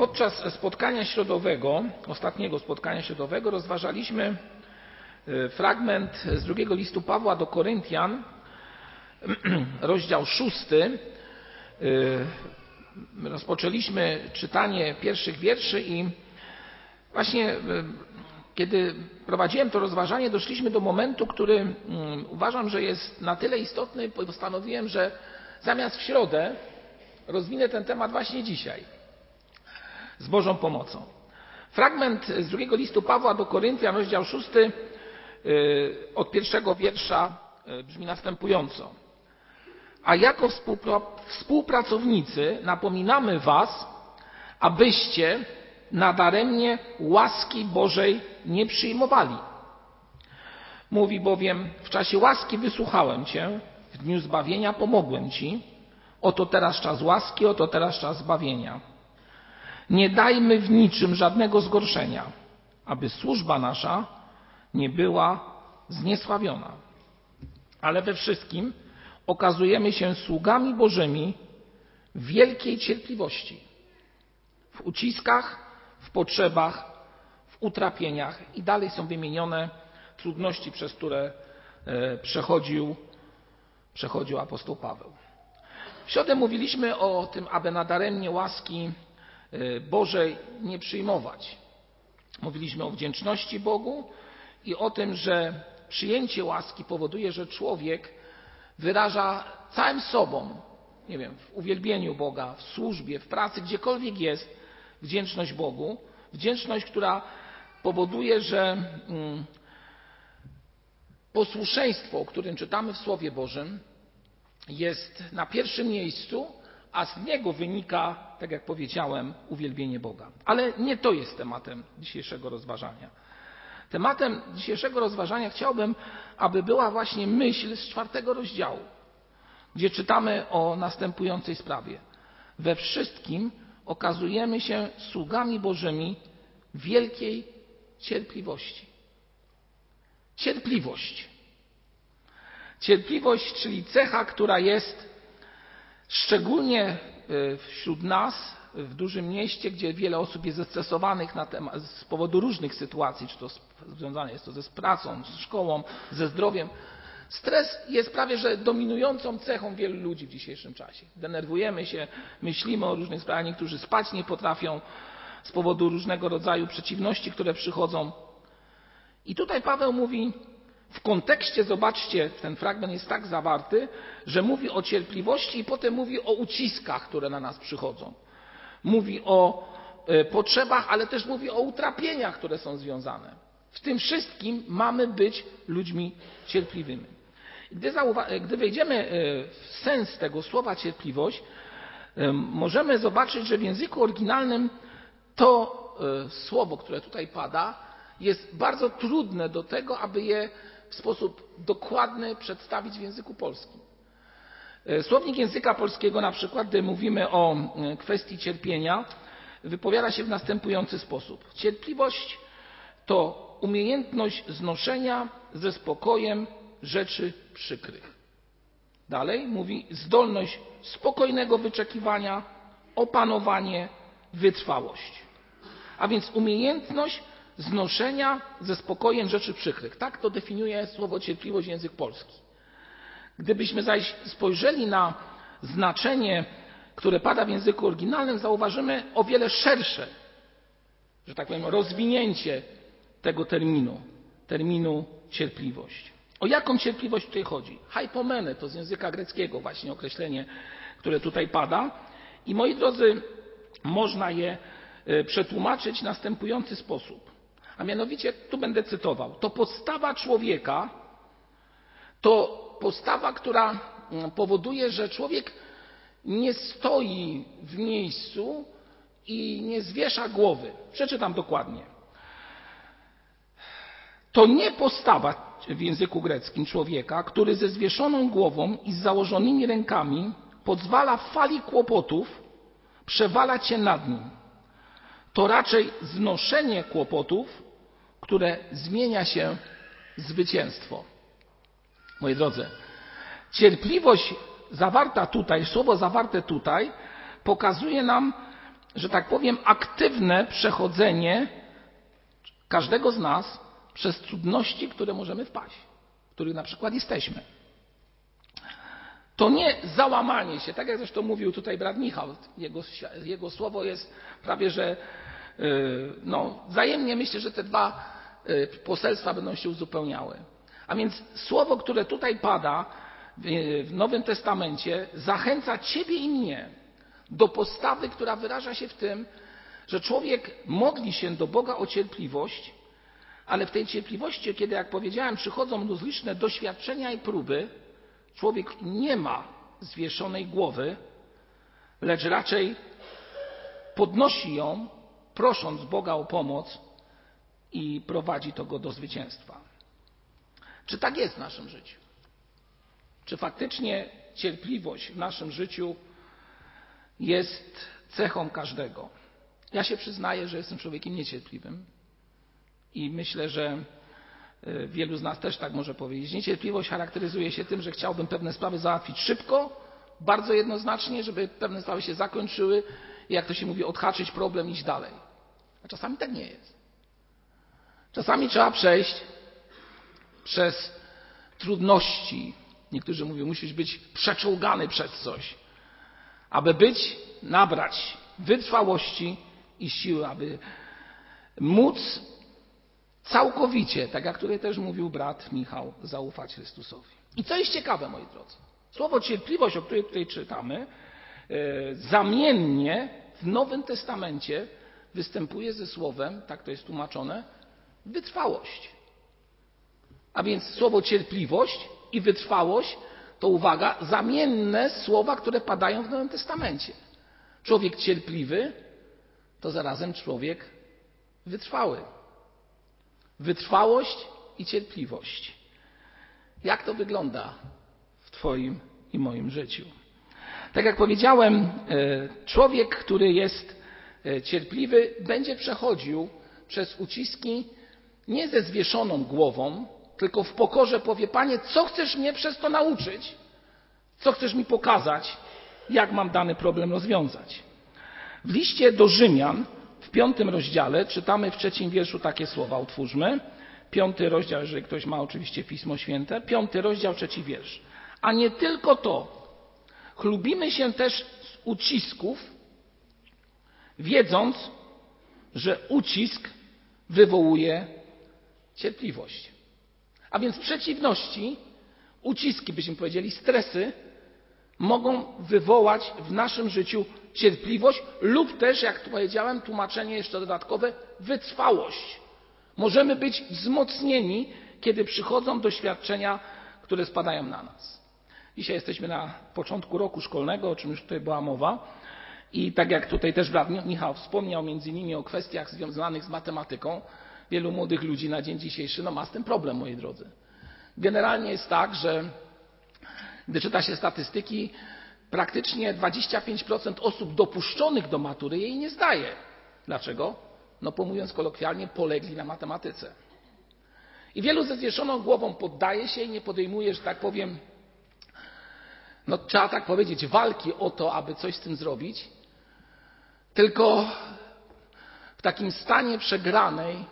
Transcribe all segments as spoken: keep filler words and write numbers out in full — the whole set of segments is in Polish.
Podczas spotkania środowego, ostatniego spotkania środowego, rozważaliśmy fragment z drugiego listu Pawła do Koryntian, rozdział szósty. Rozpoczęliśmy czytanie pierwszych wierszy i właśnie kiedy prowadziłem to rozważanie, doszliśmy do momentu, który uważam, że jest na tyle istotny, postanowiłem, że zamiast w środę rozwinę ten temat właśnie dzisiaj, z Bożą pomocą. Fragment z drugiego listu Pawła do Koryntian, rozdział szósty, od pierwszego wiersza brzmi następująco. A jako współpracownicy napominamy was, abyście nadaremnie łaski Bożej nie przyjmowali. Mówi bowiem, w czasie łaski wysłuchałem cię, w dniu zbawienia pomogłem ci, oto teraz czas łaski, oto teraz czas zbawienia. Nie dajmy w niczym żadnego zgorszenia, aby służba nasza nie była zniesławiona. Ale we wszystkim okazujemy się sługami Bożymi w wielkiej cierpliwości, w uciskach, w potrzebach, w utrapieniach i dalej są wymienione trudności, przez które przechodził, przechodził apostoł Paweł. W środę mówiliśmy o tym, aby nadaremnie łaski Bożej nie przyjmować. Mówiliśmy o wdzięczności Bogu i o tym, że przyjęcie łaski powoduje, że człowiek wyraża całym sobą, nie wiem, w uwielbieniu Boga, w służbie, w pracy, gdziekolwiek jest, wdzięczność Bogu. Wdzięczność, która powoduje, że mm, posłuszeństwo, o którym czytamy w Słowie Bożym, jest na pierwszym miejscu, a z niego wynika, tak jak powiedziałem, uwielbienie Boga. Ale nie to jest tematem dzisiejszego rozważania. Tematem dzisiejszego rozważania chciałbym, aby była właśnie myśl z czwartego rozdziału, gdzie czytamy o następującej sprawie. We wszystkim okazujemy się sługami Bożymi wielkiej cierpliwości. Cierpliwość. Cierpliwość, czyli cecha, która jest szczególnie wśród nas, w dużym mieście, gdzie wiele osób jest zestresowanych na temat, z powodu różnych sytuacji, czy to związane jest to ze pracą, z szkołą, ze zdrowiem. Stres jest prawie że dominującą cechą wielu ludzi w dzisiejszym czasie. Denerwujemy się, myślimy o różnych sprawach, niektórzy spać nie potrafią z powodu różnego rodzaju przeciwności, które przychodzą. I tutaj Paweł mówi, w kontekście, zobaczcie, ten fragment jest tak zawarty, że mówi o cierpliwości i potem mówi o uciskach, które na nas przychodzą. Mówi o potrzebach, ale też mówi o utrapieniach, które są związane. W tym wszystkim mamy być ludźmi cierpliwymi. Gdy, Gdy wejdziemy w sens tego słowa cierpliwość, możemy zobaczyć, że w języku oryginalnym to słowo, które tutaj pada, jest bardzo trudne do tego, aby je w sposób dokładny przedstawić w języku polskim. Słownik języka polskiego na przykład, gdy mówimy o kwestii cierpienia, wypowiada się w następujący sposób. Cierpliwość to umiejętność znoszenia ze spokojem rzeczy przykrych. Dalej mówi zdolność spokojnego wyczekiwania, opanowanie, wytrwałość. A więc umiejętność znoszenia ze spokojem rzeczy przykrych. Tak to definiuje słowo cierpliwość język polski. Gdybyśmy zaś spojrzeli na znaczenie, które pada w języku oryginalnym, zauważymy o wiele szersze, że tak powiem, rozwinięcie tego terminu, terminu cierpliwość. O jaką cierpliwość tutaj chodzi? Hypomene to z języka greckiego właśnie określenie, które tutaj pada. I moi drodzy, można je przetłumaczyć w następujący sposób. A mianowicie, tu będę cytował, to postawa człowieka, to postawa, która powoduje, że człowiek nie stoi w miejscu i nie zwiesza głowy. Przeczytam dokładnie. To nie postawa w języku greckim człowieka, który ze zwieszoną głową i z założonymi rękami pozwala fali kłopotów przewalać się nad nim. To raczej znoszenie kłopotów, które zmienia się w zwycięstwo. Moi drodzy, cierpliwość zawarta tutaj, słowo zawarte tutaj pokazuje nam że tak powiem, aktywne przechodzenie każdego z nas przez trudności, które możemy wpaść, w których na przykład jesteśmy. To nie załamanie się, tak jak zresztą mówił tutaj brat Michał, jego, jego słowo jest prawie, że no, wzajemnie myślę, że te dwa poselstwa będą się uzupełniały. A więc słowo, które tutaj pada w Nowym Testamencie, zachęca ciebie i mnie do postawy, która wyraża się w tym, że człowiek modli się do Boga o cierpliwość, ale w tej cierpliwości, kiedy, jak powiedziałem, przychodzą mu liczne doświadczenia i próby, człowiek nie ma zwieszonej głowy, lecz raczej podnosi ją, prosząc Boga o pomoc i prowadzi to go do zwycięstwa. Czy tak jest w naszym życiu? Czy faktycznie cierpliwość w naszym życiu jest cechą każdego? Ja się przyznaję, że jestem człowiekiem niecierpliwym i myślę, że wielu z nas też tak może powiedzieć. Niecierpliwość charakteryzuje się tym, że chciałbym pewne sprawy załatwić szybko, bardzo jednoznacznie, żeby pewne sprawy się zakończyły i, jak to się mówi, odhaczyć problem i iść dalej. A czasami tak nie jest. Czasami trzeba przejść przez trudności. Niektórzy mówią, musisz być przeczołgany przez coś, aby być, nabrać wytrwałości i siły, aby móc całkowicie, tak jak tutaj też mówił brat Michał, zaufać Chrystusowi. I co jest ciekawe, moi drodzy, słowo cierpliwość, o której tutaj czytamy, zamiennie w Nowym Testamencie występuje ze słowem, tak to jest tłumaczone, wytrwałość. A więc słowo cierpliwość i wytrwałość to, uwaga, zamienne słowa, które padają w Nowym Testamencie. Człowiek cierpliwy to zarazem człowiek wytrwały. Wytrwałość i cierpliwość. Jak to wygląda w Twoim i moim życiu? Tak jak powiedziałem, człowiek, który jest cierpliwy, będzie przechodził przez uciski nie ze zwieszoną głową, tylko w pokorze powie: Panie, co chcesz mnie przez to nauczyć? Co chcesz mi pokazać? Jak mam dany problem rozwiązać? W liście do Rzymian w piątym rozdziale czytamy w trzecim wierszu takie słowa. Otwórzmy. Piąty rozdział, jeżeli ktoś ma oczywiście Pismo Święte. Piąty rozdział, trzeci wiersz. A nie tylko to. Chlubimy się też z ucisków, wiedząc, że ucisk wywołuje cierpliwość. A więc w przeciwności uciski, byśmy powiedzieli, stresy mogą wywołać w naszym życiu cierpliwość lub też, jak powiedziałem, tłumaczenie jeszcze dodatkowe, wytrwałość. Możemy być wzmocnieni, kiedy przychodzą doświadczenia, które spadają na nas. Dzisiaj jesteśmy na początku roku szkolnego, o czym już tutaj była mowa. I tak jak tutaj też brat Michał wspomniał między innymi o kwestiach związanych z matematyką, wielu młodych ludzi na dzień dzisiejszy no, ma z tym problem, moi drodzy. Generalnie jest tak, że gdy czyta się statystyki, praktycznie dwadzieścia pięć procent osób dopuszczonych do matury jej nie zdaje. Dlaczego? No, bo mówiąc kolokwialnie, polegli na matematyce. I wielu ze zwieszoną głową poddaje się i nie podejmuje, że tak powiem, no trzeba tak powiedzieć, walki o to, aby coś z tym zrobić, tylko w takim stanie przegranej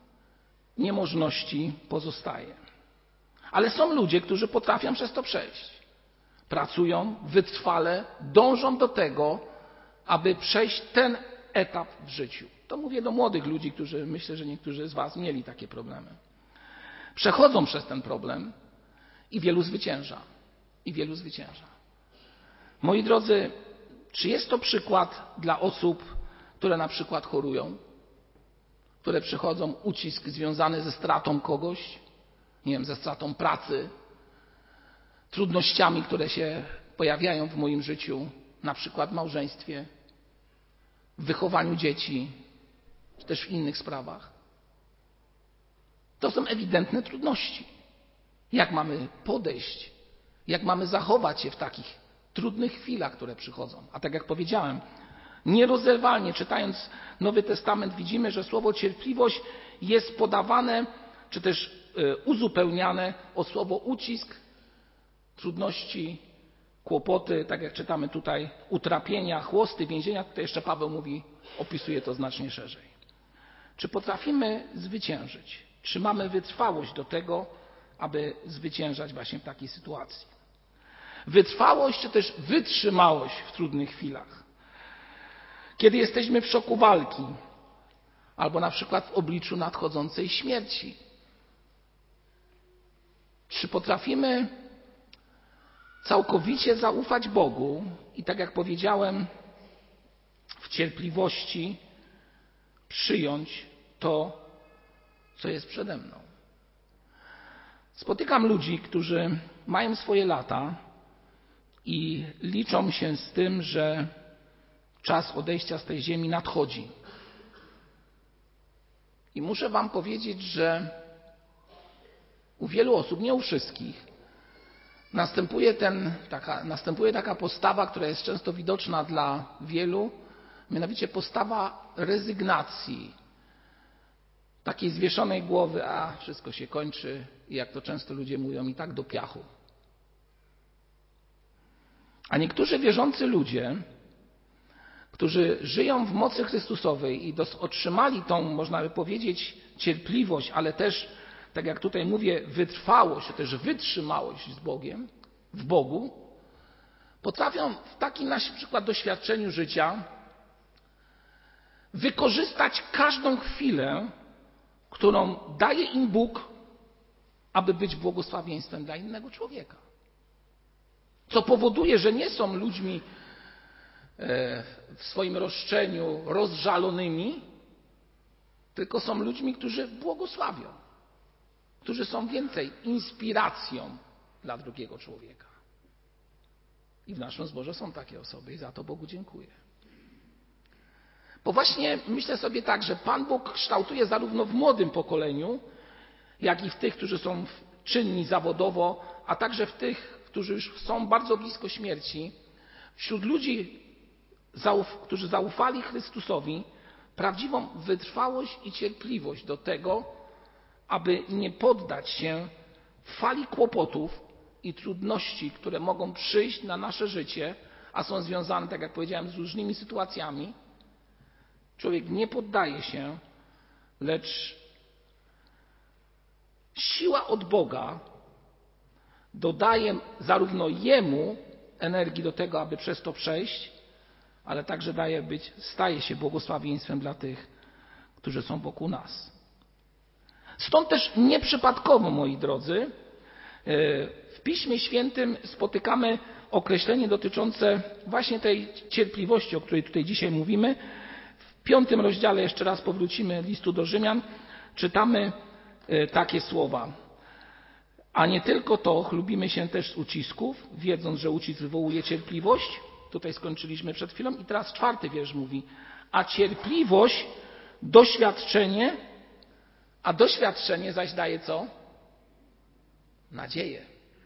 niemożności pozostaje. Ale są ludzie, którzy potrafią przez to przejść. Pracują wytrwale, dążą do tego, aby przejść ten etap w życiu. To mówię do młodych ludzi, którzy myślę, że niektórzy z Was mieli takie problemy. Przechodzą przez ten problem i wielu zwycięża. I wielu zwycięża. Moi drodzy, czy jest to przykład dla osób, które na przykład chorują, które przechodzą ucisk związany ze stratą kogoś, nie wiem, ze stratą pracy, trudnościami, które się pojawiają w moim życiu, na przykład w małżeństwie, w wychowaniu dzieci, czy też w innych sprawach? To są ewidentne trudności. Jak mamy podejść, jak mamy zachować się w takich trudnych chwilach, które przychodzą? A tak jak powiedziałem, nierozerwalnie czytając Nowy Testament widzimy, że słowo cierpliwość jest podawane, czy też uzupełniane o słowo ucisk, trudności, kłopoty, tak jak czytamy tutaj, utrapienia, chłosty, więzienia. Tutaj jeszcze Paweł mówi, opisuje to znacznie szerzej. Czy potrafimy zwyciężyć? Czy mamy wytrwałość do tego, aby zwyciężać właśnie w takiej sytuacji? Wytrwałość, czy też wytrzymałość w trudnych chwilach. Kiedy jesteśmy w szoku walki, albo na przykład w obliczu nadchodzącej śmierci. Czy potrafimy całkowicie zaufać Bogu i, tak jak powiedziałem, w cierpliwości przyjąć to, co jest przede mną? Spotykam ludzi, którzy mają swoje lata i liczą się z tym, że czas odejścia z tej ziemi nadchodzi. I muszę wam powiedzieć, że u wielu osób, nie u wszystkich, następuje, ten, taka, następuje taka postawa, która jest często widoczna dla wielu, mianowicie postawa rezygnacji, takiej zwieszonej głowy, a wszystko się kończy i jak to często ludzie mówią, i tak do piachu. A niektórzy wierzący ludzie, którzy żyją w mocy Chrystusowej i otrzymali tą, można by powiedzieć, cierpliwość, ale też, tak jak tutaj mówię, wytrwałość, czy też wytrzymałość z Bogiem, w Bogu, potrafią w takim na przykład doświadczeniu życia wykorzystać każdą chwilę, którą daje im Bóg, aby być błogosławieństwem dla innego człowieka. Co powoduje, że nie są ludźmi w swoim roszczeniu rozżalonymi, tylko są ludźmi, którzy błogosławią, którzy są więcej inspiracją dla drugiego człowieka. I w naszym zborze są takie osoby i za to Bogu dziękuję. Bo właśnie myślę sobie tak, że Pan Bóg kształtuje zarówno w młodym pokoleniu, jak i w tych, którzy są czynni zawodowo, a także w tych, którzy już są bardzo blisko śmierci, wśród ludzi, którzy zaufali Chrystusowi, prawdziwą wytrwałość i cierpliwość do tego, aby nie poddać się fali kłopotów i trudności, które mogą przyjść na nasze życie, a są związane, tak jak powiedziałem, z różnymi sytuacjami. Człowiek nie poddaje się, lecz siła od Boga dodaje zarówno jemu energii do tego, aby przez to przejść, ale także daje być, staje się błogosławieństwem dla tych, którzy są wokół nas. Stąd też nieprzypadkowo, moi drodzy, w Piśmie Świętym spotykamy określenie dotyczące właśnie tej cierpliwości, o której tutaj dzisiaj mówimy. W piątym rozdziale, jeszcze raz powrócimy, listu do Rzymian, czytamy takie słowa. A nie tylko to, chlubimy się też z ucisków, wiedząc, że ucisk wywołuje cierpliwość. Tutaj skończyliśmy przed chwilą i teraz czwarty wiersz mówi. A cierpliwość, doświadczenie, a doświadczenie zaś daje co? Nadzieję.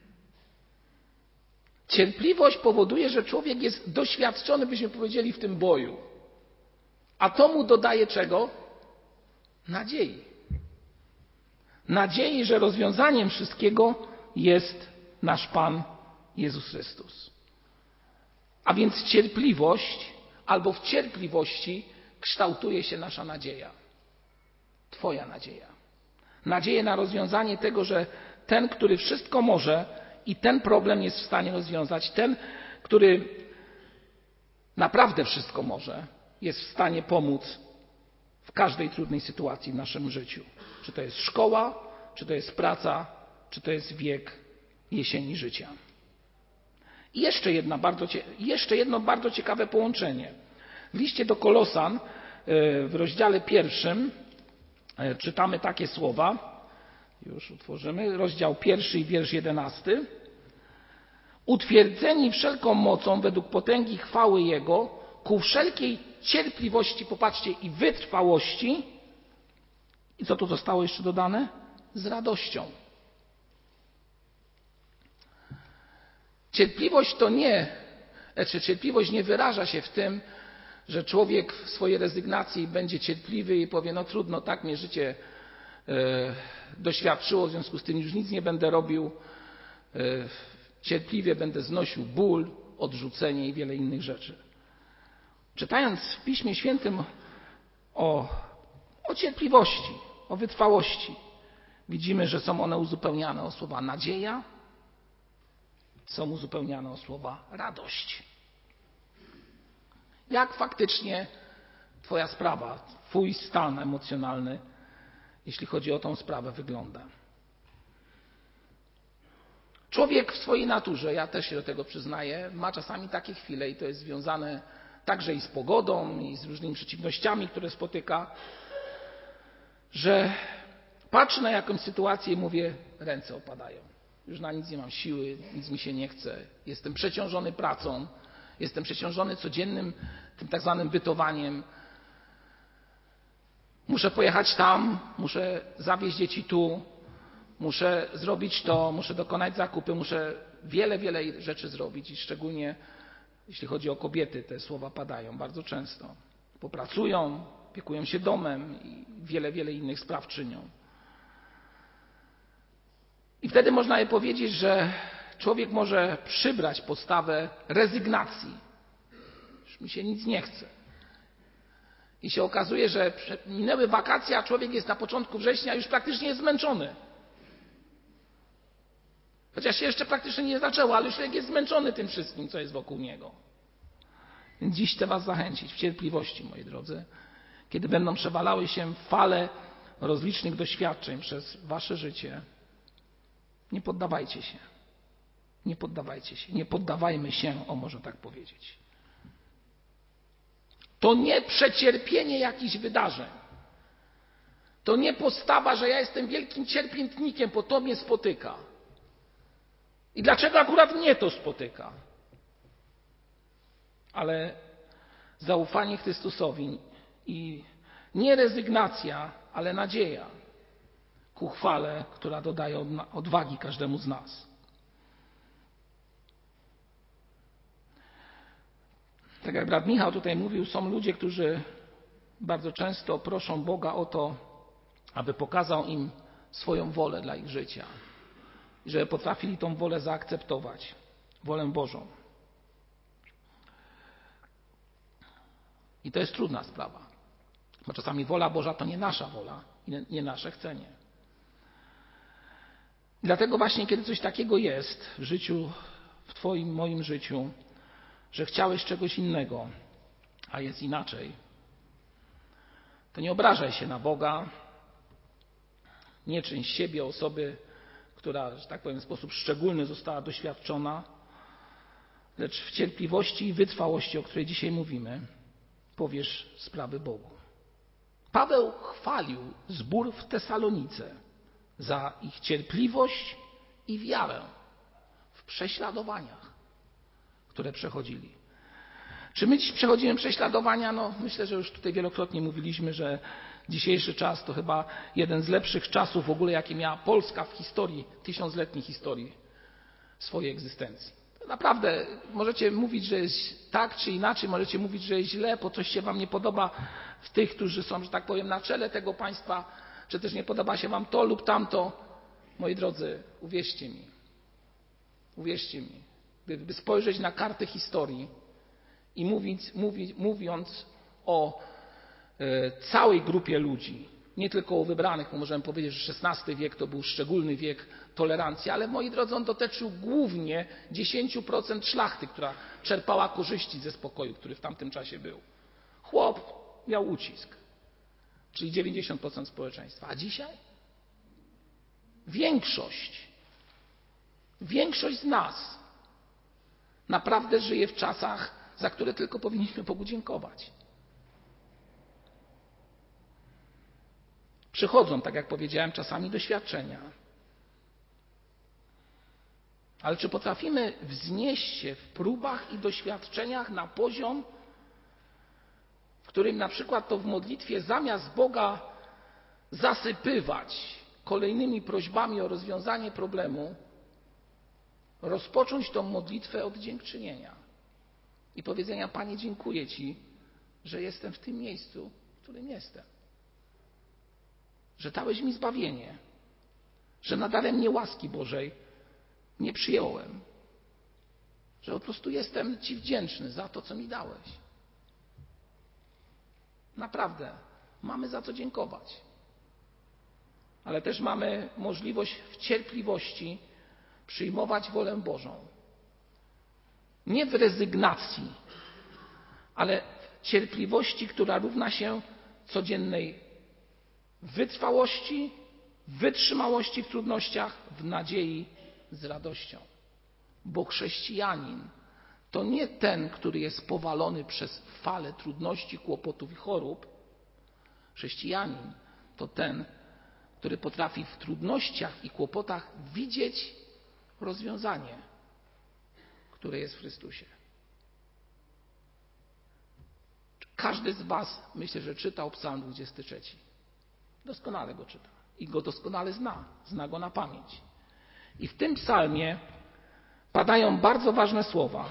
Cierpliwość powoduje, że człowiek jest doświadczony, byśmy powiedzieli, w tym boju. A to mu dodaje czego? Nadziei. Nadziei, że rozwiązaniem wszystkiego jest nasz Pan Jezus Chrystus. A więc cierpliwość, albo w cierpliwości kształtuje się nasza nadzieja. Twoja nadzieja. Nadzieję na rozwiązanie tego, że ten, który wszystko może i ten problem jest w stanie rozwiązać, ten, który naprawdę wszystko może, jest w stanie pomóc w każdej trudnej sytuacji w naszym życiu. Czy to jest szkoła, czy to jest praca, czy to jest wiek jesieni życia. I jeszcze, jedna bardzo, jeszcze jedno bardzo ciekawe połączenie. W liście do Kolosan w rozdziale pierwszym czytamy takie słowa. Już utworzymy. Rozdział pierwszy i wiersz jedenasty. Utwierdzeni wszelką mocą według potęgi chwały Jego, ku wszelkiej cierpliwości, popatrzcie, i wytrwałości. I co tu zostało jeszcze dodane? Z radością. Cierpliwość to nie, czy cierpliwość nie wyraża się w tym, że człowiek w swojej rezygnacji będzie cierpliwy i powie, no trudno, tak mnie życie e, doświadczyło, w związku z tym już nic nie będę robił. E, Cierpliwie będę znosił ból, odrzucenie i wiele innych rzeczy. Czytając w Piśmie Świętym o, o cierpliwości, o wytrwałości, widzimy, że są one uzupełniane o słowa nadzieja, są uzupełniane o słowa radość. Jak faktycznie Twoja sprawa, Twój stan emocjonalny, jeśli chodzi o tą sprawę, wygląda? Człowiek w swojej naturze, ja też się do tego przyznaję, ma czasami takie chwile i to jest związane także i z pogodą, i z różnymi przeciwnościami, które spotyka, że patrzę na jakąś sytuację i mówię, ręce opadają. Już na nic nie mam siły, nic mi się nie chce. Jestem przeciążony pracą, jestem przeciążony codziennym tym tak zwanym bytowaniem. Muszę pojechać tam, muszę zawieźć dzieci tu, muszę zrobić to, muszę dokonać zakupy, muszę wiele, wiele rzeczy zrobić i szczególnie jeśli chodzi o kobiety, te słowa padają bardzo często. Popracują, opiekują się domem i wiele, wiele innych spraw czynią. I wtedy można je powiedzieć, że człowiek może przybrać postawę rezygnacji. Już mi się nic nie chce. I się okazuje, że minęły wakacje, a człowiek jest na początku września już praktycznie jest zmęczony. Chociaż się jeszcze praktycznie nie zaczęło, ale człowiek jest zmęczony tym wszystkim, co jest wokół niego. Więc dziś chcę Was zachęcić w cierpliwości, moi drodzy, kiedy będą przewalały się fale rozlicznych doświadczeń przez Wasze życie. Nie poddawajcie się. Nie poddawajcie się. Nie poddawajmy się, o może tak powiedzieć. To nie przecierpienie jakichś wydarzeń. To nie postawa, że ja jestem wielkim cierpiętnikiem, bo to mnie spotyka. I dlaczego akurat mnie to spotyka? Ale zaufanie Chrystusowi i nie rezygnacja, ale nadzieja ku chwale, która dodaje odwagi każdemu z nas. Tak jak brat Michał tutaj mówił, są ludzie, którzy bardzo często proszą Boga o to, aby pokazał im swoją wolę dla ich życia. I żeby potrafili tą wolę zaakceptować, wolę Bożą. I to jest trudna sprawa, bo czasami wola Boża to nie nasza wola i nie nasze chcenie. I dlatego właśnie, kiedy coś takiego jest w życiu, w Twoim, moim życiu, że chciałeś czegoś innego, a jest inaczej, to nie obrażaj się na Boga, nie czyń z siebie osoby, która, że tak powiem, w sposób szczególny została doświadczona, lecz w cierpliwości i wytrwałości, o której dzisiaj mówimy, powiesz sprawy Bogu. Paweł chwalił zbór w Tesalonice za ich cierpliwość i wiarę w prześladowaniach, które przechodzili. Czy my dziś przechodzimy prześladowania? No, myślę, że już tutaj wielokrotnie mówiliśmy, że dzisiejszy czas to chyba jeden z lepszych czasów w ogóle, jakie miała Polska w historii, tysiącletniej historii swojej egzystencji. Naprawdę możecie mówić, że jest tak czy inaczej, możecie mówić, że jest źle, bo coś się Wam nie podoba w tych, którzy są, że tak powiem, na czele tego państwa, czy też nie podoba się Wam to lub tamto. Moi drodzy, uwierzcie mi, uwierzcie mi, gdyby spojrzeć na kartę historii i mówić, mówi, mówiąc o e, całej grupie ludzi, nie tylko o wybranych, bo możemy powiedzieć, że szesnasty wiek to był szczególny wiek tolerancji, ale moi drodzy, on dotyczył głównie dziesięć procent szlachty, która czerpała korzyści ze spokoju, który w tamtym czasie był. Chłop miał ucisk, czyli dziewięćdziesiąt procent społeczeństwa. A dzisiaj? Większość, większość z nas naprawdę żyje w czasach, za które tylko powinniśmy Bogu dziękować. Przychodzą, tak jak powiedziałem, czasami doświadczenia. Ale czy potrafimy wznieść się w próbach i doświadczeniach na poziom, w którym na przykład to w modlitwie zamiast Boga zasypywać kolejnymi prośbami o rozwiązanie problemu, rozpocząć tą modlitwę od dziękczynienia i powiedzenia: Panie, dziękuję Ci, że jestem w tym miejscu, w którym jestem. Że dałeś mi zbawienie, że nadarem mnie łaski Bożej nie przyjąłem, że po prostu jestem Ci wdzięczny za to, co mi dałeś. Naprawdę, mamy za co dziękować. Ale też mamy możliwość w cierpliwości przyjmować wolę Bożą. Nie w rezygnacji, ale w cierpliwości, która równa się codziennej wytrwałości, wytrzymałości w trudnościach, w nadziei z radością. Bo chrześcijanin to nie ten, który jest powalony przez falę trudności, kłopotów i chorób. Chrześcijanin to ten, który potrafi w trudnościach i kłopotach widzieć rozwiązanie, które jest w Chrystusie. Każdy z Was, myślę, że czytał Psalm dwudziesty trzeci. Doskonale go czyta i go doskonale zna, zna go na pamięć. I w tym psalmie padają bardzo ważne słowa.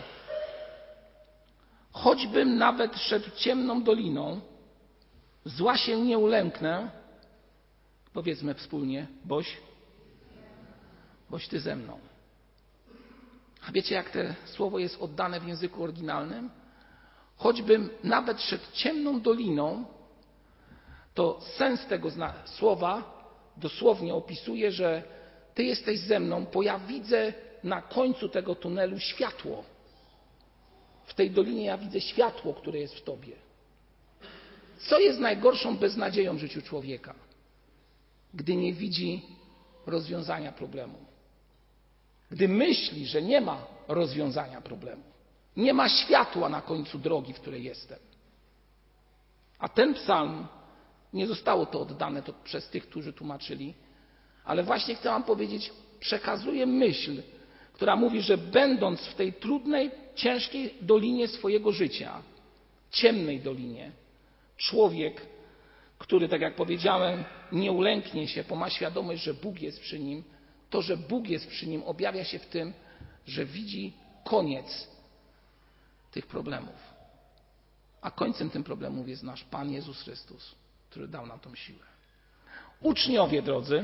Choćbym nawet szedł ciemną doliną, zła się nie ulęknę. Powiedzmy wspólnie, boś, boś Ty ze mną. A wiecie, jak to słowo jest oddane w języku oryginalnym? Choćbym nawet szedł ciemną doliną, to sens tego słowa dosłownie opisuje, że Ty jesteś ze mną, bo ja widzę na końcu tego tunelu światło. W tej dolinie ja widzę światło, które jest w Tobie. Co jest najgorszą beznadzieją w życiu człowieka? Gdy nie widzi rozwiązania problemu. Gdy myśli, że nie ma rozwiązania problemu. Nie ma światła na końcu drogi, w której jestem. A ten psalm, nie zostało to oddane to przez tych, którzy tłumaczyli, ale właśnie chcę Wam powiedzieć, przekazuje myśl, która mówi, że będąc w tej trudnej, ciężkiej dolinie swojego życia, ciemnej dolinie, człowiek, który, tak jak powiedziałem, nie ulęknie się, bo ma świadomość, że Bóg jest przy nim, to, że Bóg jest przy nim, objawia się w tym, że widzi koniec tych problemów. A końcem tych problemów jest nasz Pan Jezus Chrystus, który dał nam tą siłę. Uczniowie, drodzy,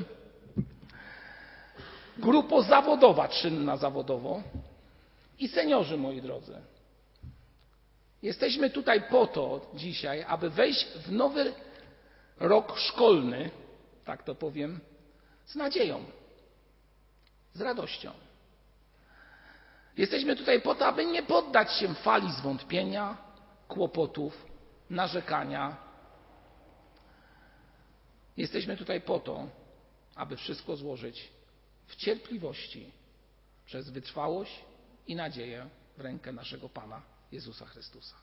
grupo zawodowa, czynna zawodowo i seniorzy, moi drodzy. Jesteśmy tutaj po to dzisiaj, aby wejść w nowy rok szkolny, tak to powiem, z nadzieją, z radością. Jesteśmy tutaj po to, aby nie poddać się fali zwątpienia, kłopotów, narzekania. Jesteśmy tutaj po to, aby wszystko złożyć w cierpliwości, przez wytrwałość i nadzieję w rękę naszego Pana Jezusa Chrystusa.